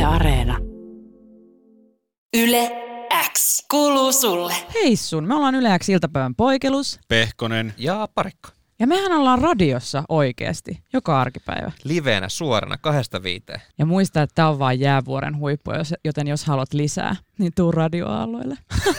Yle Areena. Yle X kuuluu sulle. Hei sun, me ollaan Yle X iltapäivän poikelus. Pehkonen ja Parikko. Ja mehän ollaan radiossa oikeasti, joka arkipäivä. Liveenä suorana 2-5. Ja muista, että tää on vaan jäävuoren huippu, joten jos haluat lisää, niin tuu radioaalloille.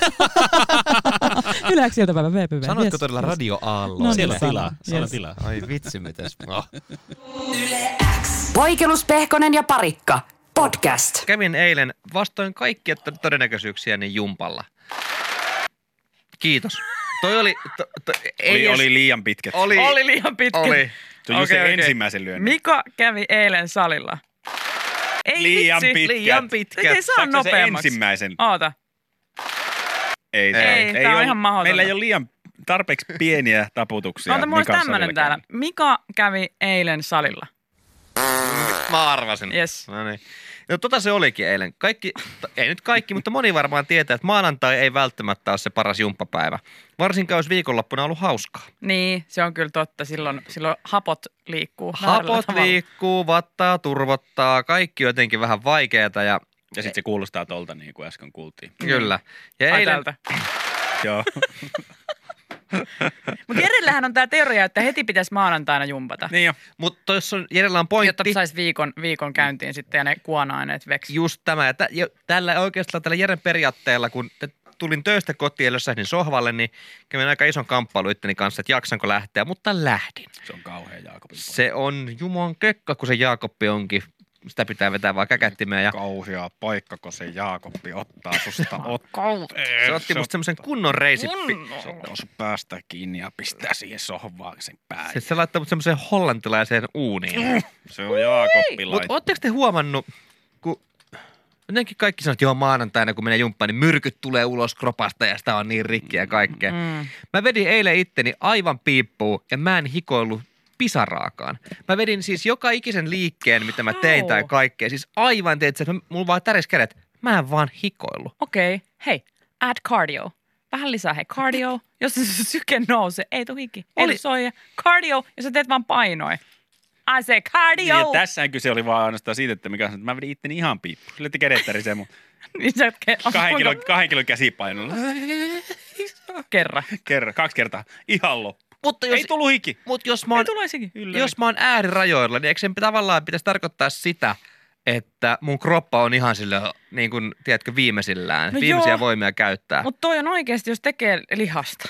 Yle X iltapäivän VPV. Sanoitko todella radioaalloille? No, Siellä on sanon. tilaa. Siellä on Yes. tilaa. Ai vitsi, mitäs. Yle X. Poikelus, Pehkonen ja Parikka. Podcast. Kävin eilen vastoin kaikkia todennäköisyyksiäni jumpalla. Kiitos. Toi oli... Oli liian pitkä. Oli liian pitkä. Oli. Se on just se ensimmäisen lyönnin. Mika kävi eilen salilla. Ei Liian vitsi. pitkä. Liian pitkä. Ei saa Saatko se nopeammaksi. ensimmäisen? Oota. Ei, tää on ole- ihan mahdotonta. Meillä ei ole liian tarpeeksi pieniä taputuksia. Oota, mulla olisi Mikan tämmönen salilla täällä. Mika kävi eilen salilla. Mä arvasin. Yes. No niin. No se olikin eilen. Ei nyt kaikki, mutta moni varmaan tietää, että maanantai ei välttämättä ole se paras jumppapäivä. Varsinkaan jos viikonloppuna ollut hauskaa. Niin, se on kyllä totta. Silloin hapot liikkuu. väärällä Hapot tavalla. liikkuu, vattaa turvottaa, kaikki on jotenkin vähän vaikeeta ja Ja sitten se kuulostaa tolta niin kuin äsken kuultiin. kyllä. Ja Ai eilen, tältä. Joo. Mutta Jerellähän on tää teoria, että heti pitäisi maanantaina jumpata. Niin jo. mutta jos on Jerellä on pointti. Jotta saisi viikon käyntiin sitten ja ne kuona-aineet veksi. Just tämä. Ja tällä oikeastaan tällä Jeren periaatteella, kun tulin töistä kotiin ja lössähdin sohvalle, niin kävin aika ison kamppailu itteni kanssa, että jaksanko lähteä, mutta lähdin. Se on kauhea Jaakobin poika. Se on jumon kökkä, kun se Jaakoppi onkin. Sitä pitää vetää vaan käkättimeen. Ja Kauhea paikka, kun se Jaakobbi ottaa susta. se otti musta semmoisen kunnon reisippi. Se ottaa sun päästä kiinni ja pistää siihen sohvaan sen pään. Sitten se laittaa mut semmoiseen hollantilaiseen uuniin. Se on Jaakobbi Mutta laittaa. ootteko te huomannut, kun jotenkin kaikki sanoo, että joo maanantaina kun menee jumppaan, niin myrkyt tulee ulos kropasta ja sitä on niin rikki ja kaikkea. Mä vedin eilen itteni aivan piippuun ja mä en hikoillut pisaraakaan. Mä vedin siis joka ikisen liikkeen, mitä mä tein tai kaikkea. Siis aivan teet että mulla vaan täris kädet. Mä en vaan hikoillut. Okei. Hei, add cardio. Vähän lisää, hei, cardio. Jos se syke nousee, ei tuu hiki. Ei soija. Cardio, jos sä teet vaan painoin. I say cardio. Niin, tässähän kyse oli vaan ainoastaan siitä, että mikä sanoi, että mä vedin itteni ihan piippuun. Sille kädet tärisee mun Niin sä kuinka- 2 kilon käsipainolla. Kerran. 2 kertaa. Ihan loppu. Mutta Ei tullut hiki. Mut jos mä Ei oon, tullut sekin. jos mä oon äärirajoilla, niin eikö sen tavallaan pitäisi tarkoittaa sitä, että mun kroppa on ihan sillä, niin kuin, tiedätkö, viimeisillään. No viimeisiä joo. voimia käyttää. Mutta toi on oikeasti, jos tekee lihasta.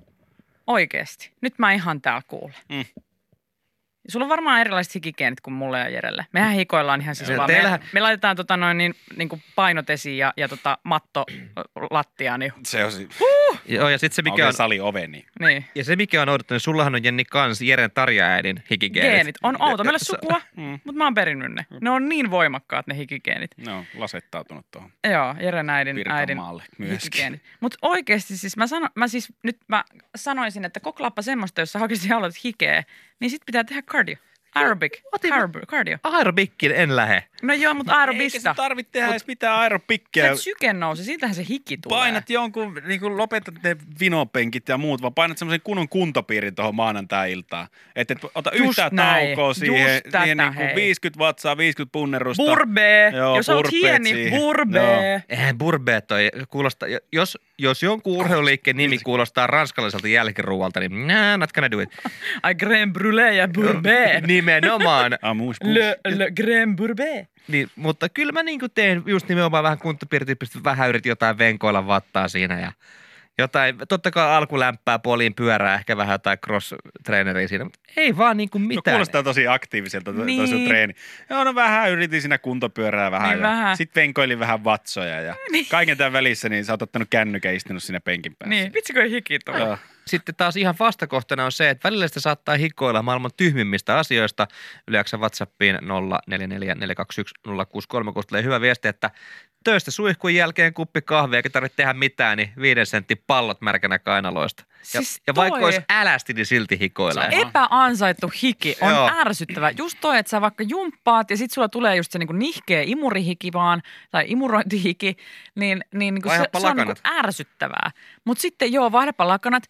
Oikeasti. Nyt mä ihan täällä kuulen. Sulla on varmaan erilaiset hikigeenit kuin mulle ja Jerelle. Mehän hikoillaan ihan siis Se vaan. teillähän- Me laitetaan niin kuin painot esiin ja matto lattiaan. Niin. Se on Joo, ja sitten se mikä oikein on, sali oveni. Niin. ja se mikä on oudottu, niin sullahan on Jenni kans Jeren Tarja-äidin hikigeenit. Geenit. On outo. Meillä on sukua, mutta mä oon perinnyt ne. Ne on niin voimakkaat ne hikigeenit. Ne on lasettautunut tuohon Joo, Jeren äidin Pirkanmaalle myöskin. hikigeenit. Mutta oikeasti siis mä sanoisin, että koklaappa semmoista, jos sä oikeasti haluat hikeä, niin sit pitää tehdä cardio. Cardio. Aerobikkiin en lähe. No joo, mutta Eikä aerobista. se tarvitse tehdä edes mitään aeropikkiä. Se syke nousi, siltähän se hiki tulee. Painat jonkun, niin kuin lopetat ne vinopenkit ja muut, vaan painat semmoisen kunnon kuntopiirin tuohon maanantai-iltaan. Että et ota Just yhtään näin. taukoa siihen, Just tätä, siihen niin kuin hei. 50 vatsaa, 50 punnerusta. Burbee. Joo, Jos olet burpeet hieni, siihen. burbee. Eihän burbeet toi kuulostaa, jos jonkun urheiluliikkeen nimi kuulostaa ranskalaiselta jälkiruualta, niin not gonna do it. Ai crème brûlée ja burbee. Nimenomaan. Le crème burbee. Niin, mutta kyllä mä niinku teen just nimenomaan vähän kuntopiirityyppistä, vähän yritin jotain venkoilla vattaa siinä ja jotain, totta kai alkulämpää poliin pyörää, ehkä vähän jotain cross-traineria siinä, mutta ei vaan niinku No mitään. kuulostaa tosi aktiiviselta Niin. toi sun treeni. Joo, no vähän yritin siinä kuntopyörää vähän. Niin ja vähän. Sitten venkoilin vähän vatsoja ja kaiken tämän välissä niin sä oot ottanut kännykän ja istunut siinä penkin päässä. Niin, vitsi kun ei hiki tule. Joo. Sitten taas ihan vastakohtana on se, että välillä sitä saattaa hikoilla maailman tyhmimmistä asioista. Yleensä WhatsAppiin 0444210636 tulee hyvä viesti, että töistä suihkun jälkeen kuppi kahvia, eikä tarvitse tehdä mitään, niin 5 sentin pallot märkänä kainaloista. Siis ja vaikka toi- olisi älästi, niin silti hikoilee. Epäansaittu hiki on Joo. ärsyttävä. Just toi, että sä vaikka jumppaat ja sit sulla tulee just se niinku nihkeä imurihiki vaan, tai imurointihiki, niin niinku se Vaihdapa on niinku lakanat. ärsyttävää. Mutta sitten joo, vaihdapa lakanat,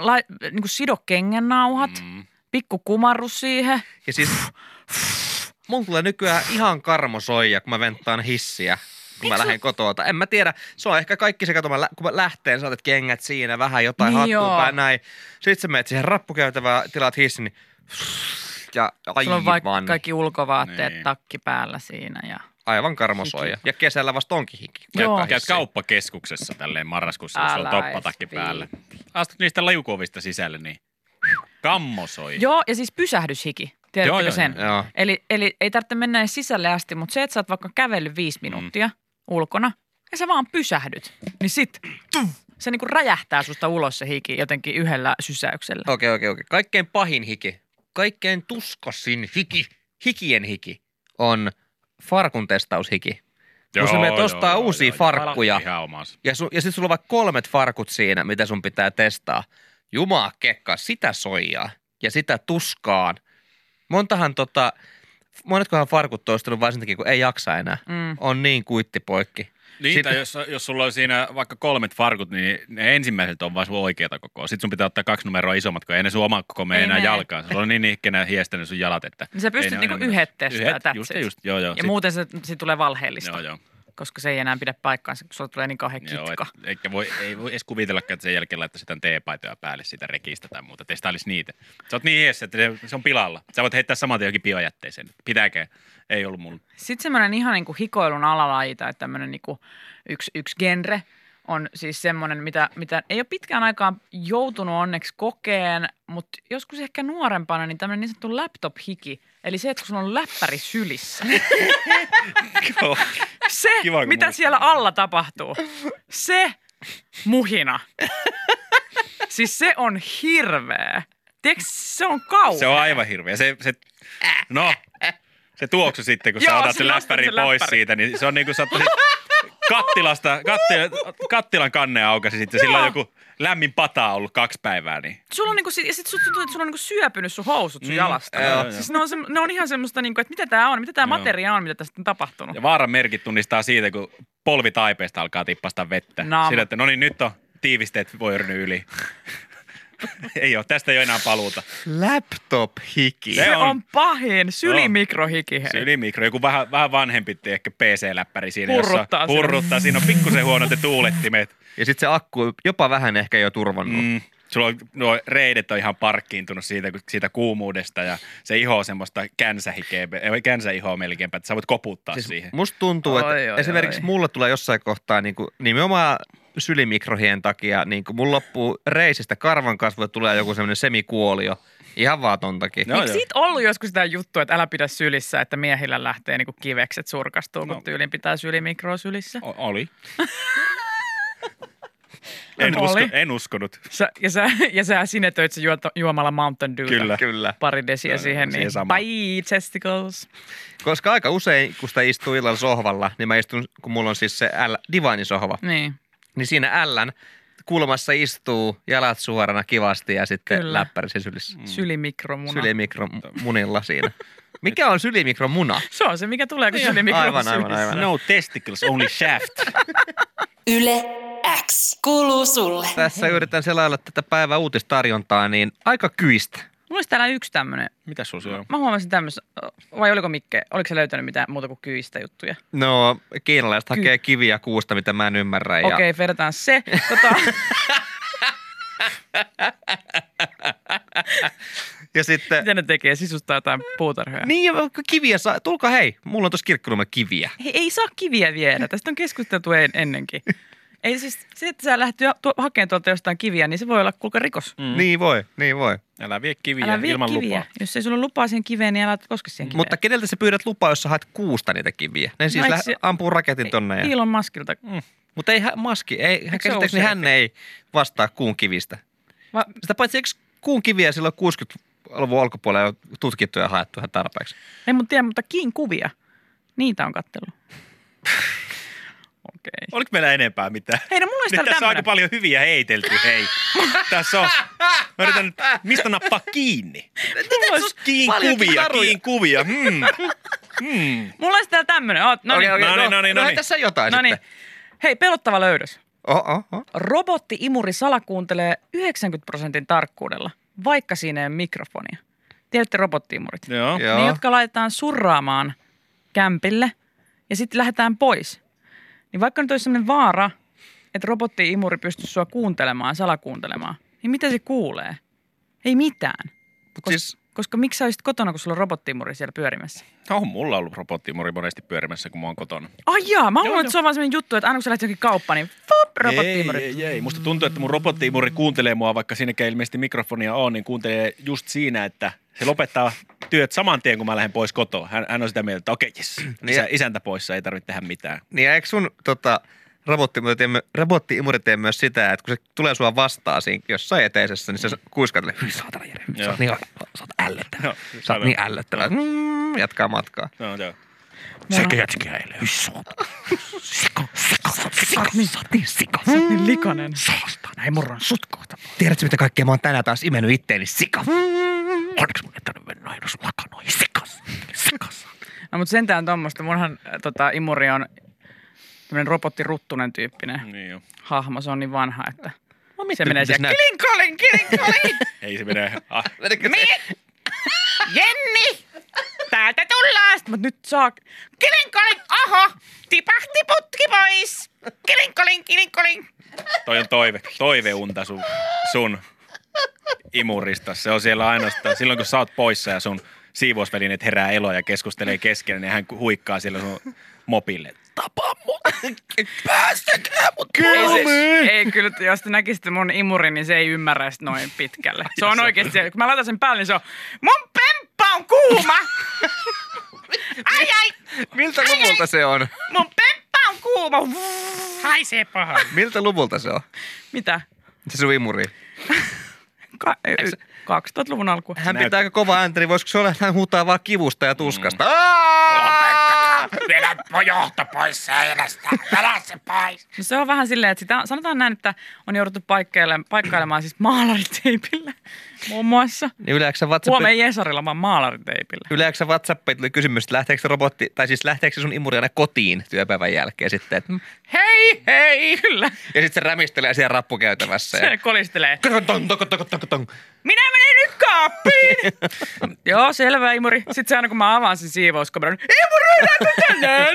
niinku sido kengännauhat, pikku kumarrus siihen. Ja siis mun tulee nykyään ihan karmosoija, kun mä venttaan hissiä, kun mä lähden kotoa. En mä tiedä, se on ehkä kaikki se, kun mä lähteen, saatat kengät siinä, vähän jotain Niin hattua joo. päin näin. Sitten sä menet siihen rappukäytävään, tilaat hissin, niin ja Sulla on vaikka aivan, kaikki ulkovaatteet, Niin. takki päällä siinä ja... aivan karmosoija. Ja kesällä vasta onkin hiki. Joo. Käyt kauppakeskuksessa tälleen marraskuussa, jos sulla on Älä toppatakki edes päällä. Astut niistä lajukovista sisälle, niin kammosoi. Joo, ja siis pysähdyshiki. Tiedätkö Joo, sen? Joo. Eli ei tarvitse mennä edes sisälle asti, mutta se, että sä oot vaikka kävellyt 5 minuuttia ulkona ja sä vaan pysähdyt, niin sit se niinku räjähtää susta ulos se hiki jotenkin yhdellä sysäyksellä. Okei. Kaikkein pahin hiki, kaikkein tuskasin hikien hiki on farkun testaushiki. Kun sä menet ostaa uusia farkkuja Ihan omansa. ja sit sulla on vaikka 3 farkut siinä, mitä sun pitää testaa. Jumaa kekka, sitä soijaa ja sitä tuskaan. Monetkohan farkut on ostanut vain sen takia, kun ei jaksa enää. On niin kuittipoikki. Niin, tai jos sulla on siinä vaikka 3 farkut, niin ne ensimmäiset on vaan sun oikeata kokoa. Sitten sun pitää ottaa 2 numeroa isommat, kun ei ne sun oma koko mene Ei enää mene. jalkaan. Sulla on niin ihkenä hiestänyt sun jalat, että... Niin sä pystyt niinku yhdet testaa, Just, joo. Ja muuten se tulee valheellista, Joo. koska se ei enää pidä paikkaansa, kun sulla tulee niin kauhean Joo, kitka. ei voi edes kuvitellakaan, että sen jälkeen laittaisi jotain teepaitoja päälle siitä rekistä tai muuta. Testailisi niitä. Sä oot niin hiessä, että se on pilalla. Sä voit heittää saman johonkin biojätteeseen. Pitääkö? Ei ollut mulla. Sitten semmoinen ihan niin kuin hikoilun alalaji tai tämmöinen niin kuin yksi genre on siis semmoinen, mitä ei ole pitkään aikaan joutunut onneksi kokeen, mutta joskus ehkä nuorempana, niin tämmöinen niin sanottu laptop-hiki. Eli se, että kun sulla on läppäri sylissä. Se, Kiva, kun mitä muistat. siellä alla tapahtuu. Se muhina. Siis se on hirveä. Tiedätkö, se on kauhea. Se on aivan hirveä. Se tuoksu sitten, kun sä Joo, otat sä sen nostat läppärin sen pois läppärin. siitä, niin se on niin kuin sä ottaisit kattilan kannen aukasi sitten. Sillä on joku lämmin pata ollut 2 päivää. Niin. Sulla on niinku, ja sit sulla tuntuu, että sulla on niinku syöpynyt sun housut sun jalasta. joo. Siis ne on ihan semmoista, niinku, että mitä tää on, mitä tää materia on, mitä tästä on tapahtunut. Ja vaaran merkit tunnistaa siitä, kun polvi taipeesta alkaa tippasta vettä. Naama. Sillä, että no niin, nyt on tiivisteet voirunut yli. Ei ole, tästä ei ole enää paluuta. Laptop-hiki. Se Se on- on pahin sylimikrohiki. Hei. Sylimikro, joku vähän vanhempi ehkä PC-läppäri siinä, Hurruttaa jossa hurruttaa. Siinä on pikkusen huonot ne tuulettimet. Ja sitten se akku jopa vähän ehkä jo turvannut. Sulla on, nuo reidet on ihan parkkiintunut siitä kuumuudesta ja se iho on semmoista känsäihoa melkeinpä, että sä voit koputtaa siihen. Musta tuntuu, että Oi, esimerkiksi oi. mulla tulee jossain kohtaa niin kuin, nimenomaan sylimikrohien takia, niin kuin mulla loppuu reisistä karvankasvu ja tulee joku semmoinen semikuolio. Ihan vaan ton takia. No, Eikö joo. siitä ollut joskus sitä juttua, että älä pidä sylissä, että miehillä lähtee niinku kivekset surkastuu, kun No. tyylin pitää sylimikroa sylissä? Oli. Oli. En uskonut. Ja sä sinetöit se juomalla Mountain Dewta. Kyllä. Pari desiä siihen, siihen niin samaan. bye testicles. Koska aika usein, kun sitä istuu illalla sohvalla, niin mä istun, kun mulla on siis se divainisohva, Niin. niin siinä L:n kulmassa istuu jalat suorana kivasti ja sitten Kyllä. läppäri se sylissä. Sylimikromuna. Sylimikromunilla siinä. Mikä on sylimikromuna? Se on se, mikä tulee, kun sylimikro on aivan, sylissä. aivan. No testicles, only shaft. Yle X kuuluu sulle. Tässä yritän selailla tätä päivän uutistarjontaa, niin aika kyistä. Mulla olisi täällä yksi tämmönen. Mitä sulla on? Mä huomasin tämmöisen, vai oliko Mikke, oliko se löytänyt mitään muuta kuin kyistä juttuja? No, kiinalaiset hakee kiviä kuusta, mitä mä en ymmärrä. Ja... Okei, vertaan se. Ja sitten... Mitä ne tekee? Sisustaa jotain puutarhoja. Niin, ja kiviä saa. Tulkaa hei, mulla on tuossa kirkkonumella kiviä. Hei, ei saa kiviä viedä. Tästä on keskusteltu ennenkin. Ei siis, se, että sä lähdet hakemaan tuolta jostain kiviä, niin se voi olla kuulka rikos. Niin voi. Älä vie kiviä Älä vie ilman kiviä. lupaa. Jos ei sulla ole lupaa siihen kiveen, niin älä koske siihen kiveen. Mutta keneltä sä pyydät lupaa, jos sä haet kuusta niitä kiviä? Ne siis eikö se- ampuu raketin tonne. Ja... Ilon maskilta. Mutta ei maski, ei, se käsittääkseni ole hän ei vastaa kuun kivistä. Sitä paitsi eikö kuun kiviä silloin 60-luvun alkupuolella jo tutkittu ja haettu ihan tarpeeksi? En mun tiedä, mutta kiin kuvia. Niitä on kattellut. Okei. Oliko meillä enempää mitään? Hei, no mulla olisi Nyt täällä tässä on aika tämmönen. paljon hyviä heitelty, hei. Tässä on. Mä yritän nyt, mistä nappaa kiinni? Kiin kuvia. Mulla olisi täällä tämmönen. No niin. No niin. Tässä jotain No niin. sitten. Hei, pelottava löydös. Oh. Robotti-imuri salakuuntelee 90% tarkkuudella, vaikka siinä ei ole mikrofonia. Tiedätte robottiimurit? Joo. Joo. Ne, jotka laitetaan surraamaan kämpille ja sitten lähdetään pois. Niin vaikka nyt olisi sellainen vaara, että robotti-imuri pystyisi sua kuuntelemaan, salakuuntelemaan, niin mitä se kuulee? Ei mitään. Koska miksi sä olisit kotona, kun sulla on robottiimuri siellä pyörimässä? On mulla ollut robottiimuri monesti pyörimässä, kun mä oon kotona. Ai jaa, mä luulen, että se on vaan sellainen juttu, että aina kun sä lähdet johonkin kauppaan, niin robottiimuri. Ei. Musta tuntuu, että mun robottiimuri kuuntelee mua, vaikka siinäkään ilmeisesti mikrofonia on, niin kuuntelee just siinä, että se lopettaa työt saman tien, kun mä lähden pois kotoa. Hän on sitä mieltä, että okei, jes, isäntä poissa, ei tarvitse tehdä mitään. Niin eikö sun robottiimuri tee myös sitä, että kun se tulee sua vastaan siinä jossain eteisessä, niin se kuiskaa hyi saatana Jere, sä oot ällöttävä. Sä oot niin ällöttävä. Jatkaa matkaa. No, joo. Sekä jätkiä eilen, hyi saatana. Sika. Sä oot niin likainen. Saastana, ei murran sut kohta. Tiedätkö, mitä kaikkea mä oon tänään taas imennyt itteeni? Sika. Onneksi mun ei tarvitse mennä aina sun lakanoihin. Sikas. No mutta sentään tommoista. Munhan imuri on tämmöinen robottiruttunen tyyppinen Niin jo. hahmo. Se on niin vanha, että No, se menee siellä kilinkolin. Ei se menee. Jenni! Täältä tullaan! Mutta nyt saa kilinkolin, oho! Tipahti putki pois! Kilinkolin. Toi on toiveunta sun imurista. Se on siellä ainoastaan. Silloin kun sä oot poissa ja sun siivousvälineet herää eloa ja keskustelee keskenään, niin hän huikkaa siellä sun mopille. Tapa mut! Päästäkää mut! Ei kyllä, jos te näkisitte mun imurin, niin se ei ymmärrä sitä noin pitkälle. Se on oikeasti, kun mä laitan sen päälle, niin se on, mun pemppa on kuuma! Ai! Miltä luvulta se on? Mun pemppa on kuuma! Haisee paha. Miltä luvulta se on? Mitä? Se sun imuri. 2000-luvun alku. Hän pitää aika kova ääntä, niin voisiko se olla, että hän huutaa vaan kivusta ja tuskasta? Vedä johto pois seinästä. Vedä se pois. No se on vähän silleen, että sitä, sanotaan näin, että on jouduttu paikkailemaan siis maalariteipillä muun muassa. Niin yleensä Huomenna Jesarilla vaan maalariteipillä. Yleensä WhatsAppiin tuli kysymys, että lähteekö se sun imuri aina kotiin työpäivän jälkeen sitten, että Hei! Kyllä. ja sitten se rämistelee siellä rappukäytävässä. Se kolistelee. Tong. Minä menen nyt kaappiin! Joo, selvä, imuri. Sitten se aina, kun mä avaan sen siivouskameran, imuroidaanko tänään?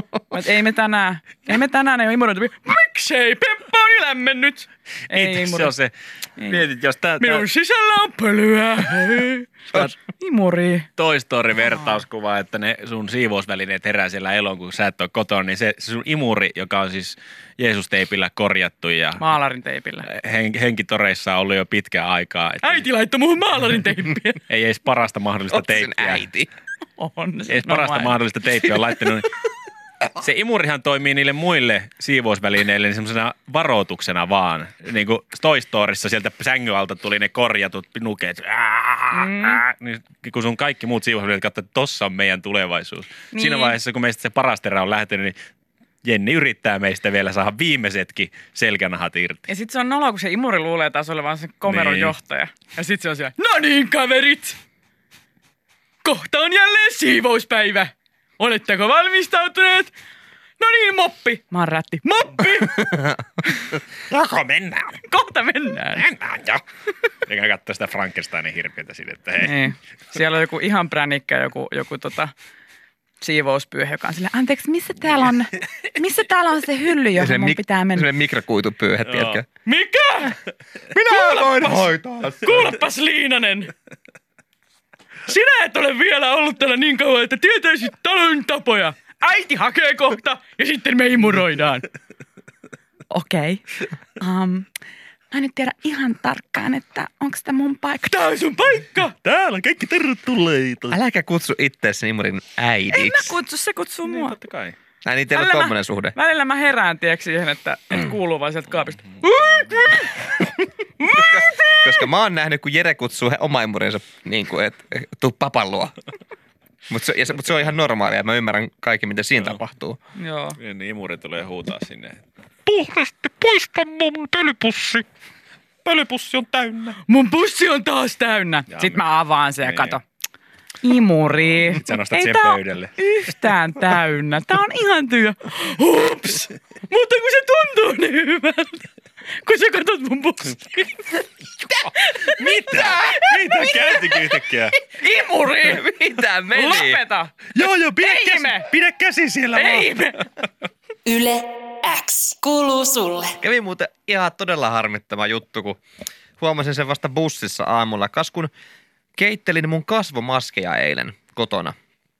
Ei me tänään ei ole imuroitu. Miksei? Pemppa on jo lämmennyt. Ei se on se. Mietit, jos Minun sisällä on pölyä. Imuri. Toy Story-vertauskuva, että ne sun siivousvälineet herää siellä eloon, kun sä et ole kotona, niin se sun imuri, joka on siis Jeesus-teipillä korjattu ja Maalarin teipillä. henkitoreissa on ollut jo pitkään aikaa. Että Äiti laittoi muuhun maalarin teippiä. ei edes parasta mahdollista teippiä. äiti. On. Ei edes parasta mahdollista teippiä on laittanut. Se imurihan toimii niille muille siivousvälineille niin semmoisena varoituksena vaan. Niin kuin Toy Storyssa sieltä sängyn alta tuli ne korjatut nukeet. Niin kun sun kaikki muut siivousvälineet katsoo, että tossa on meidän tulevaisuus. Niin. Siinä vaiheessa, kun meistä se paras terä on lähtenyt, niin Jenni yrittää meistä vielä saada viimeisetkin selkänahat irti. Ja sit se on noloa, kun se imuri luulee taas olevan se komeron Niin. johtaja. Ja sit se on siellä, no niin kaverit, kohta on jälleen siivouspäivä. Oletteko valmistautuneet? No niin, moppi. Mä oon rätti. Moppi! Joko mennään? Kohta mennään. Mennään jo. Eikä katsoa sitä Frankensteinin hirviötä sinne, että hei. Niin. Siellä on joku ihan pränikkä, joku siivouspyyhe, joka on silleen, anteeksi, missä täällä on se hylly, johon mun pitää mennä? Sellainen mikrokuitupyyhe, tiedätkö? Mikä? Minä voin hoitaa. Kuulepas Liinanen. Sinä et ole vielä ollut täällä niin kauan, että tietäisit talon tapoja. Äiti hakee kohta ja sitten me imuroidaan. Okei. Mä en nyt tiedä ihan tarkkaan, että onko tämä mun paikka. Tää on sun paikka! Täällä kaikki tervetulleita. Äläkä kutsu itseäsi imurin äidiksi. En mä kutsu, se kutsuu mua. Totta kai. Niin teillä on tommonen suhde. Välillä mä herään, tiedätkö, siihen, että kuuluu vaan sieltä kaapista. Koska mä oon nähnyt, kun Jere kutsuu oma imurinsa niin kuin, että tuu papan luo. Mutta se on ihan normaalia. Mä ymmärrän kaikki, mitä siinä tapahtuu. Joo. Niin imuri tulee huutaa sinne. Puhdasti poista mun pölypussi. Pölypussi on täynnä. Mun pussi on taas täynnä. Sitten mä avaan sen ja Niin. kato. Imuri. Sä nostat Ei siihen tää oo pöydälle. yhtään täynnä. Tää on ihan tyhjä. Hups. Mutta kun se tuntuu niin hyvältä. kun sä katsot mun bussia. Mitä? Kääntikö yhtäkkiä? Imuri! Mitä meni? Lopeta! Joo, Pidä käsi siellä Ei me! Yle X kuuluu sulle. Kävi muuten ihan todella harmittava juttu, kun huomasin sen vasta bussissa aamulla. Kun keittelin mun kasvomaskeja eilen kotona.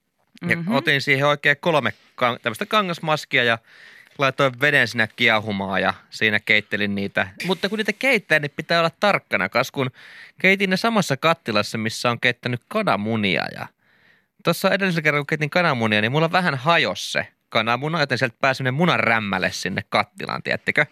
Ja otin siihen oikein 3 tämmöistä kangasmaskia ja laitoin veden sinne kiehumaan ja siinä keittelin niitä. Mutta kun niitä keittää, niin pitää olla tarkkana, kun keitin ne samassa kattilassa, missä on keittänyt kananmunia. Ja tuossa edellisellä kerralla, kun keitin kananmunia, niin mulla vähän hajosi se kananmuna, joten sieltä pääsi sellainen munan rämmäle sinne kattilaan, tiedättekö?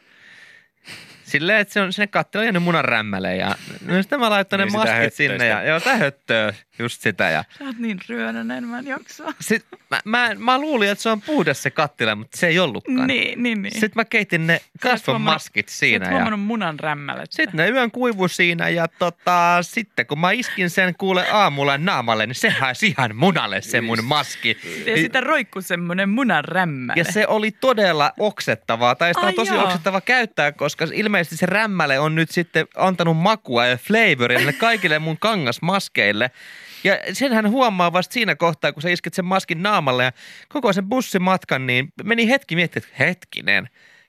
Silleen, että se on sinne kattilaan jäänyt munan rämmäle ja sitten mä laitoin ne Niin maskit sinne ja joo, sitä höttöä, just sitä ja Sä oot niin ryönänen, mä en jaksaa. sitten mä luulin, että se on puhdas se kattila, mutta se ei ollutkaan. Niin. Sitten mä keitin ne kasvomaskit siinä Sä ja oot huomannut munan rämmälettä. sitten ne yön kuivu siinä ja sitten kun mä iskin sen kuule aamulla naamalle, niin se haisi ihan munalle se mun maski. Ja sitä roikkuu semmonen munan rämmäle. Ja se oli todella oksettavaa, tai sitä on Ai tosi joo. oksettava käyttää, koska ilmeisesti se rämmäle on nyt sitten antanut makua ja flavoria niille kaikille mun kangasmaskeille. Ja senhän huomaa vasta siinä kohtaa, kun sä isket sen maskin naamalle ja koko sen bussimatkan, niin meni hetki miettiä, että hetkinen,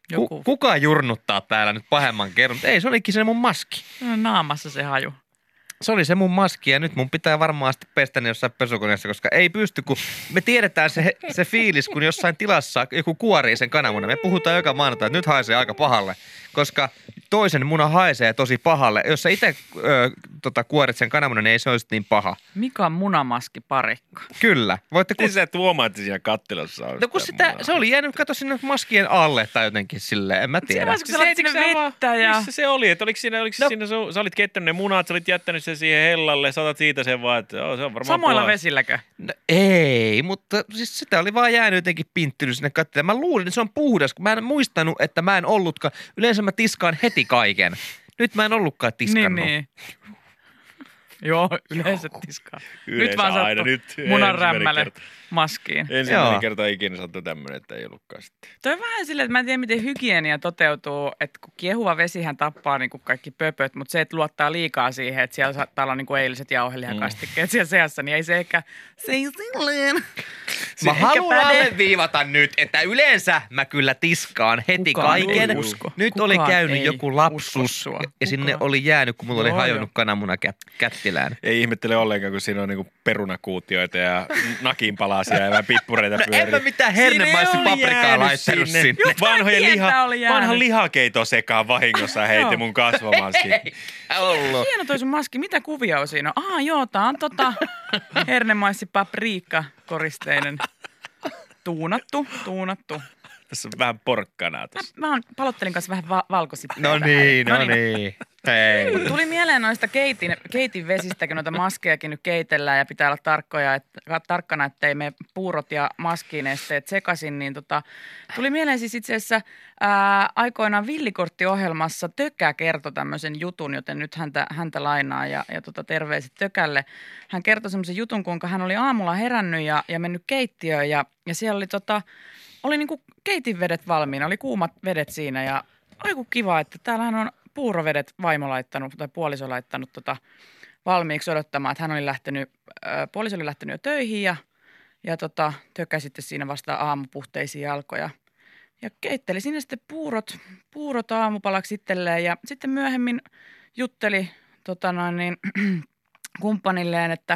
kuka jurnuttaa täällä nyt pahemman kerran? Ei, se olikin se mun maski. Naamassa se haju. Se oli se mun maski ja nyt mun pitää varmaan sitten pestä ne jossain pesukoneessa, koska ei pysty, kun me tiedetään se fiilis, kun jossain tilassa joku kuorii sen kananmunan. Me puhutaan joka maanantai, että nyt haisee aika pahalle, koska toisen muna haisee tosi pahalle. Jos sä itse kuorit sen kananmunan, niin ei se olisi niin paha. Mikä on munamaski parikka? Kyllä. Voitte Miten sä et huomaa, että siinä kattilassa on No kun se oli jäänyt, kato sinne maskien alle tai jotenkin silleen, en mä tiedä. Kun sä laitat sinne vettä ja... Missä se oli? Että oliko siinä sä olit keittänyt ne munat, sä olit jättänyt sen siihen hellalle, sä otat siitä sen vaan, että joo, se on varmaan Samoilla puhdas. vesilläkö? No, ei, mutta siis sitä oli vaan jäänyt jotenkin pinttynyt sinne kattilaan. Mä luulin, että se on puhdas, kun mä en muistanut, että mä en ollutkaan. Yleensä mä tiskaan heti kaiken. Nyt mä en ollutkaan tiskannut. Niin. Joo, yleensä tiskaa. Yleensä Nyt vaan aina, sattu nyt munan ensimmäinen rämmäle kerta. maskiin. Ensimmäinen Joo. kerta ikinä sattui tämmöinen, että ei ollutkaan sitten. Toi on vähän silleen, että mä en tiedä, miten hygienia toteutuu, että kun kiehuva vesihän tappaa niin kuin kaikki pöpöt, mutta se, että luottaa liikaa siihen, että siellä saattaa olla niin kuin eiliset jauhelihakastikkeet siellä seassa, niin ei se ehkä, se ei silleen. Se Mä ehkä haluan päde. alleviivata nyt, että yleensä mä kyllä tiskaan heti Kukaan kaiken. ei usko. Nyt Kukaan oli käynyt ei joku usko lapsus sua. ja sinne Kukaan. oli jäänyt, kun mulla oli Joo, hajonnut joo. kananmuna kättilään. Ei ihmettele ollenkaan, kun siinä on niinku perunakuutioita ja nakinpalasia ja vähän pippureita No en pyörii. mä mitään hernemaista paprikaa laittanut sinne. Just mä tiedän, että oli jäänyt. Vanhan lihakeito sekaan vahingossa heitti mun kasvomaski. Ollut. Hieno toi sun maski. Mitä kuvia on siinä? Joo, tää on hernemaissi papriikka koristeinen. Tuunattu. Tässä on vähän porkkanaa tässä. Mä palottelin kanssa vähän valkosippeitä. No niin. Hei. Tuli mieleen noista keitin vesistä, kun noita maskejakin nyt keitellään ja pitää olla tarkkana, ettei mene puurot ja maskiinesteet sekaisin. Niin tuli mieleen siis itse asiassa aikoinaan Villikortti-ohjelmassa Tökä kertoi tämmöisen jutun, joten nyt häntä lainaa ja terveiset Tökälle. Hän kertoi semmoisen jutun, kuinka hän oli aamulla herännyt ja mennyt keittiöön ja siellä oli oli niinku keitinvedet valmiina, oli kuumat vedet siinä ja aiku kiva, että täällähän on puurovedet vaimo laittanut tai puoliso laittanut valmiiksi odottamaan, että hän oli lähtenyt, puoliso oli lähtenyt jo töihin ja Tökä sitten siinä vasta aamupuhteisiin jalkoja. Ja keitteli sinne sitten puurot aamupalaksi itselleen ja sitten myöhemmin jutteli kumppanilleen, että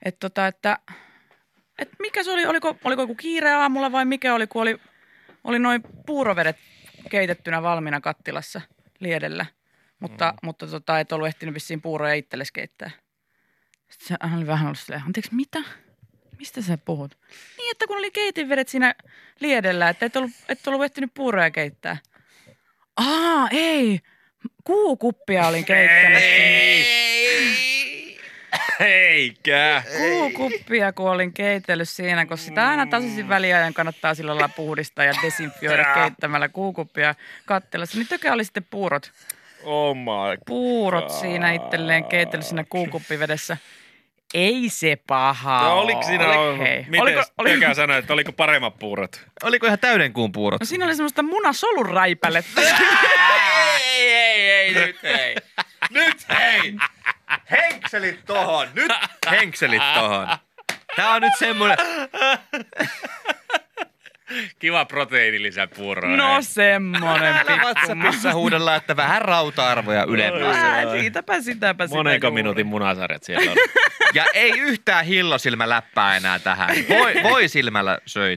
mikä se oli, oliko joku kiire aamulla vai mikä oli, kun oli noin puurovedet keitettynä valmiina kattilassa liedellä, mutta et ollut ehtinyt vissiin puuroja itsellesi keittää. Sitten hän oli vähän ollut silleen, anteeksi, mitä? Mistä sä puhut? Niin, että kun oli keitinvedet siinä liedellä, että et ollut ehtinyt puuroja keittää. Ei. Kuukuppia olin keittänyt. Eikä. Kuukuppia, kun olin keitellyt siinä, kun sitä aina tasaisin väliajan kannattaa sillä lailla puhdistaa ja desinfioida keittämällä kuukuppia kattilassa. Niin Tökä oli sitten Oh my puurot God. siinä itselleen keitellyt siinä kuukuppivedessä. Ei se paha No, oliko siinä hei. Miten Tökä sanoi, että oliko paremmat puurot? Oliko ihan täydenkuun puurot? No siinä oli semmoista munasolunräipälettä. Ei, nyt ei. Nyt hei! Henkselit tohon! Nyt henkselit tohon! Tää on nyt semmonen... Kiva proteiinilisä puuro. No semmonen Täällä WhatsAppissa huudellaan, että vähän rauta-arvoja ylemmäs. Siitäpä sitäpä sitä. Monenko minuutin munasarjat siellä on? Ja ei yhtään hillosilmäläppää enää tähän. Voi silmällä söi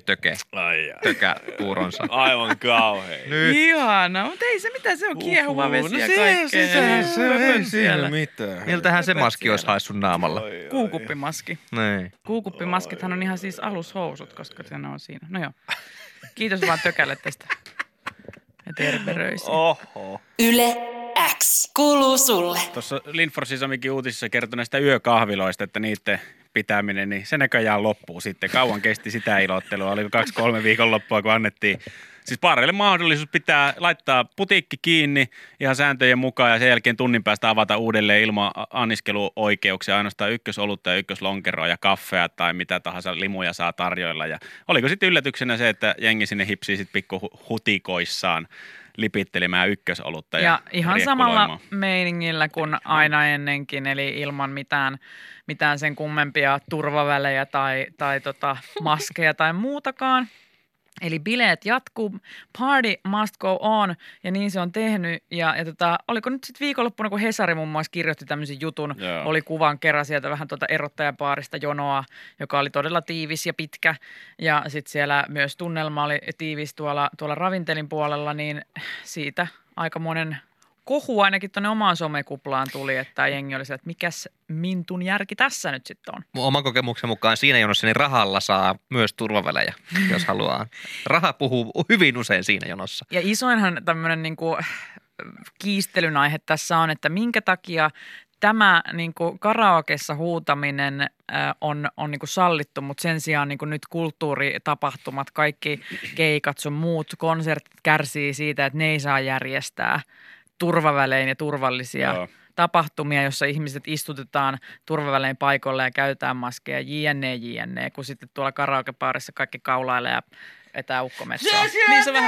Tökä puuronsa. Aivan kauhean. Nyt. Ihana, mutta ei se mitään, se on kiehuva vesi ja kaikkea. siinä mitään. Miltähän se maski olisi haissut naamalla? Kuukuppimaski. Niin. Kuukuppimaskithan on ihan siis alushousut, koska se on siinä. No joo. Kiitos vaan Tökälle tästä. Ja terveröisiä. Oho. Yle X kuuluu sulle. Tuossa Lindforsin Samikin uutisissa kertoi näistä yökahviloista, että niiden pitäminen, niin se näköjään loppuu sitten. Kauan kesti sitä ilottelua. Oliko 2-3 viikonloppua, kun annettiin siis baareille mahdollisuus pitää laittaa putiikki kiinni ihan sääntöjen mukaan ja sen jälkeen tunnin päästä avata uudelleen ilman anniskeluoikeuksia. Ainoastaan ykkösolutta ja ykköslonkeroa ja kaffea tai mitä tahansa limuja saa tarjoilla. Ja oliko sitten yllätyksenä se, että jengi sinne hipsii sitten pikku hutikoissaan lipittelemään ykkösolutta ja ihan samalla meiningillä kuin aina ennenkin, eli ilman mitään sen kummempia turvavälejä tai maskeja tai muutakaan. Eli bileet jatkuu, party must go on, ja niin se on tehnyt. Ja oliko nyt sitten viikonloppuna, kun Hesari muun muassa kirjoitti tämmöisen jutun, oli kuvan kerran sieltä vähän erottajapaarista jonoa, joka oli todella tiivis ja pitkä. Ja sitten siellä myös tunnelma oli tiivis tuolla ravintelin puolella, niin siitä aikamoinen kohu ainakin tuonne omaan somekuplaan tuli, että jengi oli se, että mikäs mintun järki tässä nyt sitten on. Mun oman kokemuksen mukaan siinä jonossa niin rahalla saa myös turvavälejä, jos haluaa. Raha puhuu hyvin usein siinä jonossa. Ja isoinhan tämmöinen niinku kiistelyn aihe tässä on, että minkä takia tämä niinku karaokessa huutaminen on niinku sallittu, mutta sen sijaan niinku nyt kulttuuritapahtumat, kaikki keikat sun muut konsertit kärsii siitä, että ne ei saa järjestää turvavälein ja turvallisia tapahtumia, jossa ihmiset istutetaan turvavälein paikoille ja käytetään maskeja, jne, kun sitten tuolla karaokebaarissa kaikki kaulailee ja etäukkometsoa. Niin se vähän...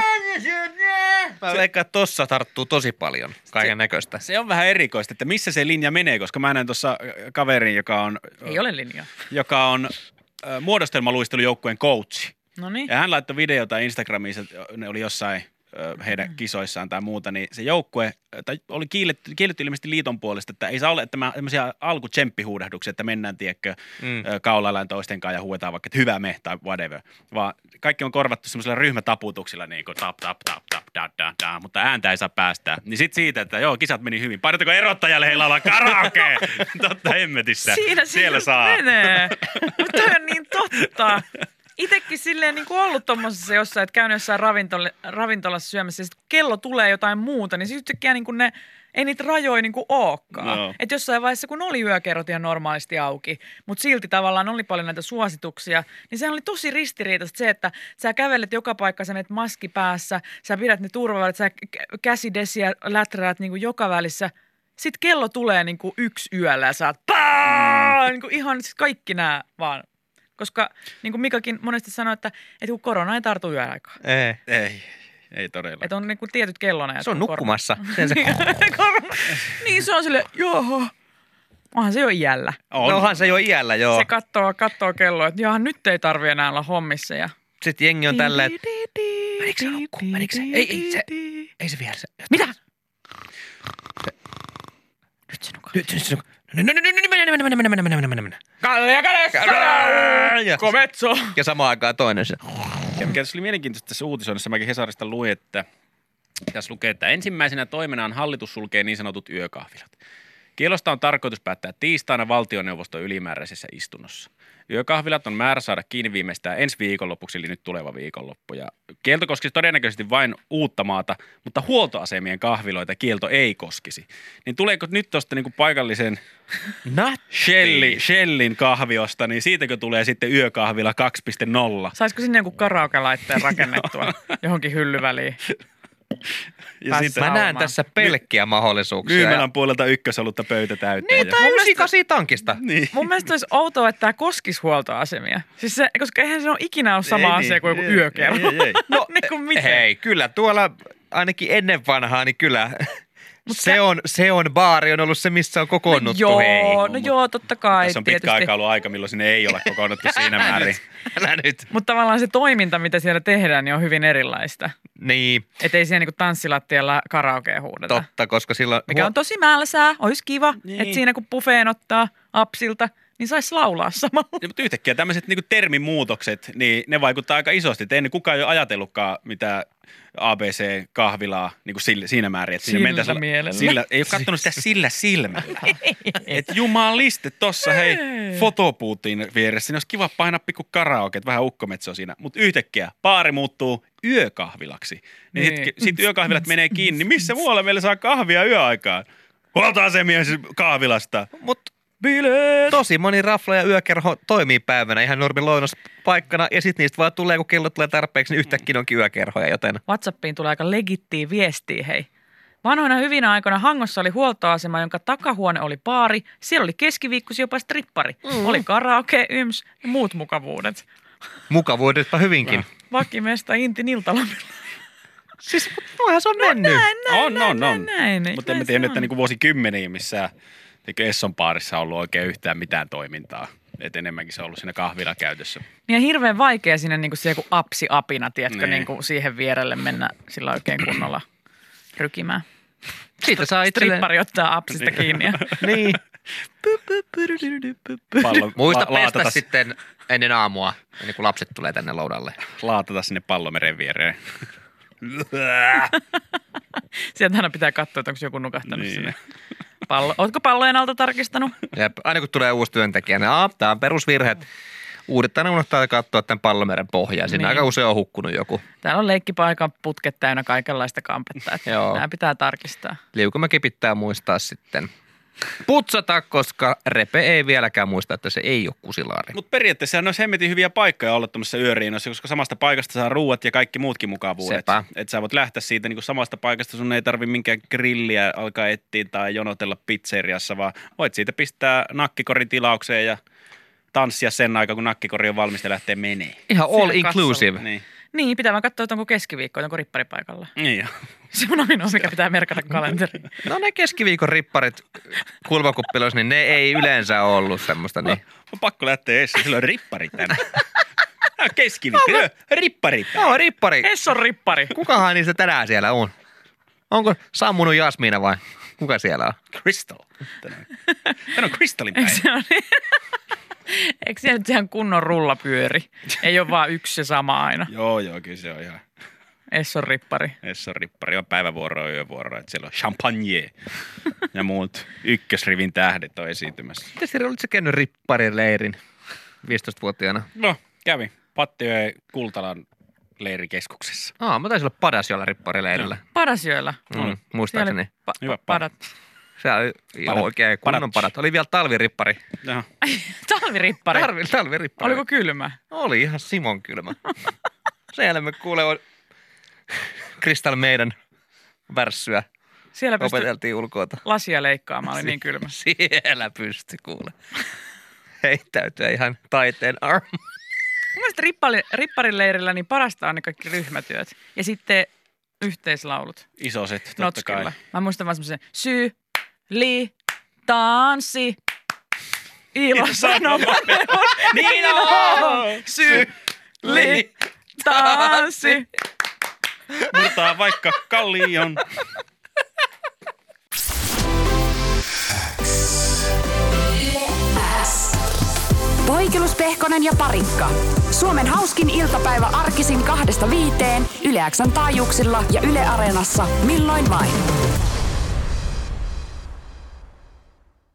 Mä veikkaan, että tossa tarttuu tosi paljon kaiken näköistä. Se on vähän erikoista, että missä se linja menee, koska mä näen tuossa kaverin, joka on... Ei ole linjaa. Joka on muodostelmaluistelujoukkueen coachi. Noniin. Ja hän laittoi videota Instagramiin, ne oli jossain heidän kisoissaan tai muuta, niin se joukkue, tai oli kielletty ilmeisesti liiton puolesta, että ei saa olla tämmöisiä alkutsemppihuudahduksia, että mennään, tiedätkö, kaulaillaan toisten kanssa ja huudetaan vaikka, että hyvä me tai whatever, vaan kaikki on korvattu semmoisilla ryhmätaputuksilla, niin kuin tap, tap, tap, tap, da, da, da, mutta ääntä ei saa päästää. Niin sit siitä, että joo, kisat meni hyvin. Painottako erottajalle heillä olla karaoke? Totta hemmetissä. Siellä saa. Menee. Mutta toi on niin totta. Itekin silleen niin kuin ollut tommosessa jossain, että käynyt jossain ravintolassa syömässä ja sitten kun kello tulee jotain muuta, niin sitten yhtäkkiä niin kuin ei niitä rajoja niin kuin olekaan. No. Että jossain vaiheessa, kun oli yökerrot ihan normaalisti auki, mutta silti tavallaan oli paljon näitä suosituksia, niin sehän oli tosi ristiriitaista se, että sä kävelet joka paikka, sä menet maski päässä, sä pidät ne turvavälit, sä käsidesiä läträät niin kuin joka välissä. Sitten kello tulee niin kuin 1 yöllä ja sä oot niin kuin ihan siis kaikki nämä vaan. Koska niin kuin Mikakin monesti sanoi, että kun korona ei tartu yöaikaan. Ei todella. Että on niin kuin tietyt kellonajat. Se on nukkumassa. Niin se on silleen, joo. Onhan se jo iällä. Onhan se jo iällä, joo. Se kattoo kelloa, että jaha, nyt ei tarvitse enää olla hommissa. Ja... Sitten jengi on tälleen, että menikö se laukku? Ei se vielä. Mitä? Nyt se nukaa. Mennä. Kallia kädessä! Kometso! Ja samaan aikaan toinen se. Ja mikä tässä oli mielenkiintoista tässä uutisoinnissa, mäkin Hesarista luin, että tässä lukee, että ensimmäisenä toimenaan hallitus sulkee niin sanotut yökahvilat. Kiellosta on tarkoitus päättää tiistaina valtioneuvoston ylimääräisessä istunnossa. Yökahvilat on määrä saada kiinni viimeistään ensi viikonlopuksi, eli nyt tuleva viikonloppu. Ja kielto koskisi todennäköisesti vain Uuttamaata, mutta huoltoasemien kahviloita kielto ei koskisi. Niin tuleeko nyt tuosta niinku paikallisen Shellin kahviosta, niin siitäkö tulee sitten yökahvila 2.0? Saisiko sinne joku karaoke-laitteen rakennettua johonkin hyllyväliin? Ja sitten Mä näen tässä pelkkiä mahdollisuuksia. myymälän puolelta ykkösolutta pöytä täyteen. Niin, tai 98 tankista. Niin. Mun mielestä olisi outoa, että tämä koskisi huoltoasemia. Siis se, koska eihän se ole ikinä ollut sama asia kuin joku yökerho. Ei. No, niin kuin miten? hei, kyllä tuolla ainakin ennen vanhaa, niin kyllä se on baari on ollut se, missä on kokoonnuttu. Joo, totta kai. Tässä on pitkä aika ollut aika, milloin sinne ei ole kokoonnuttu siinä määrin. Älä nyt. Mutta tavallaan se toiminta, mitä siellä tehdään, niin on hyvin erilaista. Niin, Että ei siellä niinku tanssilattialla karaokea huudeta. totta, koska silloin... Mikä on tosi mälsää, olisi kiva, Niin. että siinä kun buffeen ottaa apsilta, niin saisi laulaa samalla. Ja, mutta yhtäkkiä tämmöiset niinku termimuutokset, niin ne vaikuttaa aika isosti. Et ennen kukaan ei ole ajatellutkaan mitä ABC-kahvilaa niinku siinä määrin. Että Sillä mentäisiin mielellä. ei ole katsonut sitä sillä silmällä. Että jumaliste tossa, hei, fotopuutin vieressä. Siinä olisi kiva painaa pikku karaoke, vähän ukkometso siinä. Mutta yhtäkkiä baari muuttuu yökahvilaksi. Niin. Sitten yökahvilat menee kiinni. Missä muualla meillä saa kahvia yöaikaan? Huoltoasemien kahvilasta. Mutta tosi moni rafla ja yökerho toimii päivänä ihan normin lounaspaikkana ja sitten niistä vaan tulee, kun kello tulee tarpeeksi, niin yhtäkkiä onkin yökerhoja, joten... WhatsAppiin tulee aika legittiä viestiä, hei. Vanhoina hyvinä aikoina Hangossa oli huoltoasema, jonka takahuone oli baari. Siellä oli keskiviikkosi jopa strippari. Oli karaoke, yms ja muut mukavuudet. Mukavuudetpa hyvinkin. Vakimesta Intin iltalomilla. Siis, noinhan se on mennyt. Näin. Mutta en mä tiedä, että niinku vuosikymmeniä missä Esson baarissa on ollut oikein yhtään mitään toimintaa. Et enemmänkin se on ollut siinä kahvila käytössä. Niin ja hirveän vaikea sinne niinku se joku apsi-apina, tiedätkö, niinku siihen vierelle mennä sillä oikein kunnolla rykimään. Siitä saa itselleen... Strippari ottaa apsista kiinni. Niin. Muista pestä sitten ennen aamua, ennen kuin lapset tulee tänne loudalle. Laatata sinne Pallomeren viereen. Sieltä aina pitää katsoa, että onko joku nukahtanut sinne. Ootko pallojen alta tarkistanut? Jep, aina kun tulee uusi työntekijä, niin tämä on perusvirhe. Uudet aina unohtaa katsoa tämän Pallomeren pohjaa. Siinä aika usein on hukkunut joku. Täällä on leikkipaikan putket täynnä kaikenlaista kampetta. Nämä pitää tarkistaa. Liukumäki pitää muistaa sitten putsata, koska Repe ei vieläkään muista, että se ei ole kusilaari. Mutta periaatteessa ne olisi hemmetin hyviä paikkoja olla tuollaisessa yöriinossa, koska samasta paikasta saa ruuat ja kaikki muutkin mukavuudet. Että sä voit lähteä siitä niin kuin samasta paikasta, sun ei tarvi minkään grilliä alkaa etsiä tai jonotella pizzeriassa, vaan voit siitä pistää nakkikorin tilaukseen ja tanssia sen aikaa, kun nakkikori on valmis ja lähtee menee. Ihan all inclusive. Niin, pitää vaan katsoa, että onko keskiviikko, onko rippari paikalla. Niin jo. Se on ainoa, mikä pitää merkata kalenteriin. No ne keskiviikon ripparit kulmakuppiloissa, niin ne ei yleensä ollut semmoista. Niin. On pakko lähteä Esson, sillä on rippari tänään. Keskiviikko, rippari. Joo, rippari. Esson rippari. Kukahan niistä tänään siellä on? Onko sammunut Jasmiina vai kuka siellä on? Crystal. Tänään on Crystalin päivä. Eikö siellä nyt ihan kunnon rullapyöri? Ei ole vaan yksi ja sama aina. Joo, kyllä se on ihan. Esson rippari. Esson rippari on päivävuoro ja yövuoro, että siellä on champagne ja muut ykkösrivin tähdet on esiintymässä. Miten Siri, olitko sä käynyt ripparin leirin 15-vuotiaana? No, kävi. Pattiöön Kultalan leirikeskuksessa. Mä taisin olla Padasjoella ripparileirillä. Padasjoella. Muistaakseni. Hyvä padat. Se oli oikein kunnon padat. Oli vielä talvirippari. Jaha. Talvirippari? Talvirippari. Oliko kylmä? Oli ihan Simon kylmä. Siellä me kuule Crystal meidän värssyä. Siellä opeteltiin ulkoota. Lasia leikkaamaan, oli niin kylmä. Siellä pystyi kuule. Heittäytyä ihan taiteen armo. Mun mielestä ripparin leirillä niin parasta on ne kaikki ryhmätyöt. Ja sitten yhteislaulut. Isoset, totta kai. Mä muistan vaan semmoisen tanssi, ilo sanoo. Niin on! Tanssi. Murtaa vaikka kallion. Poikelus, Pehkonen ja Parikka. Suomen hauskin iltapäivä arkisin 2–5 Yle X:n taajuuksilla ja Yle Areenassa milloin vain.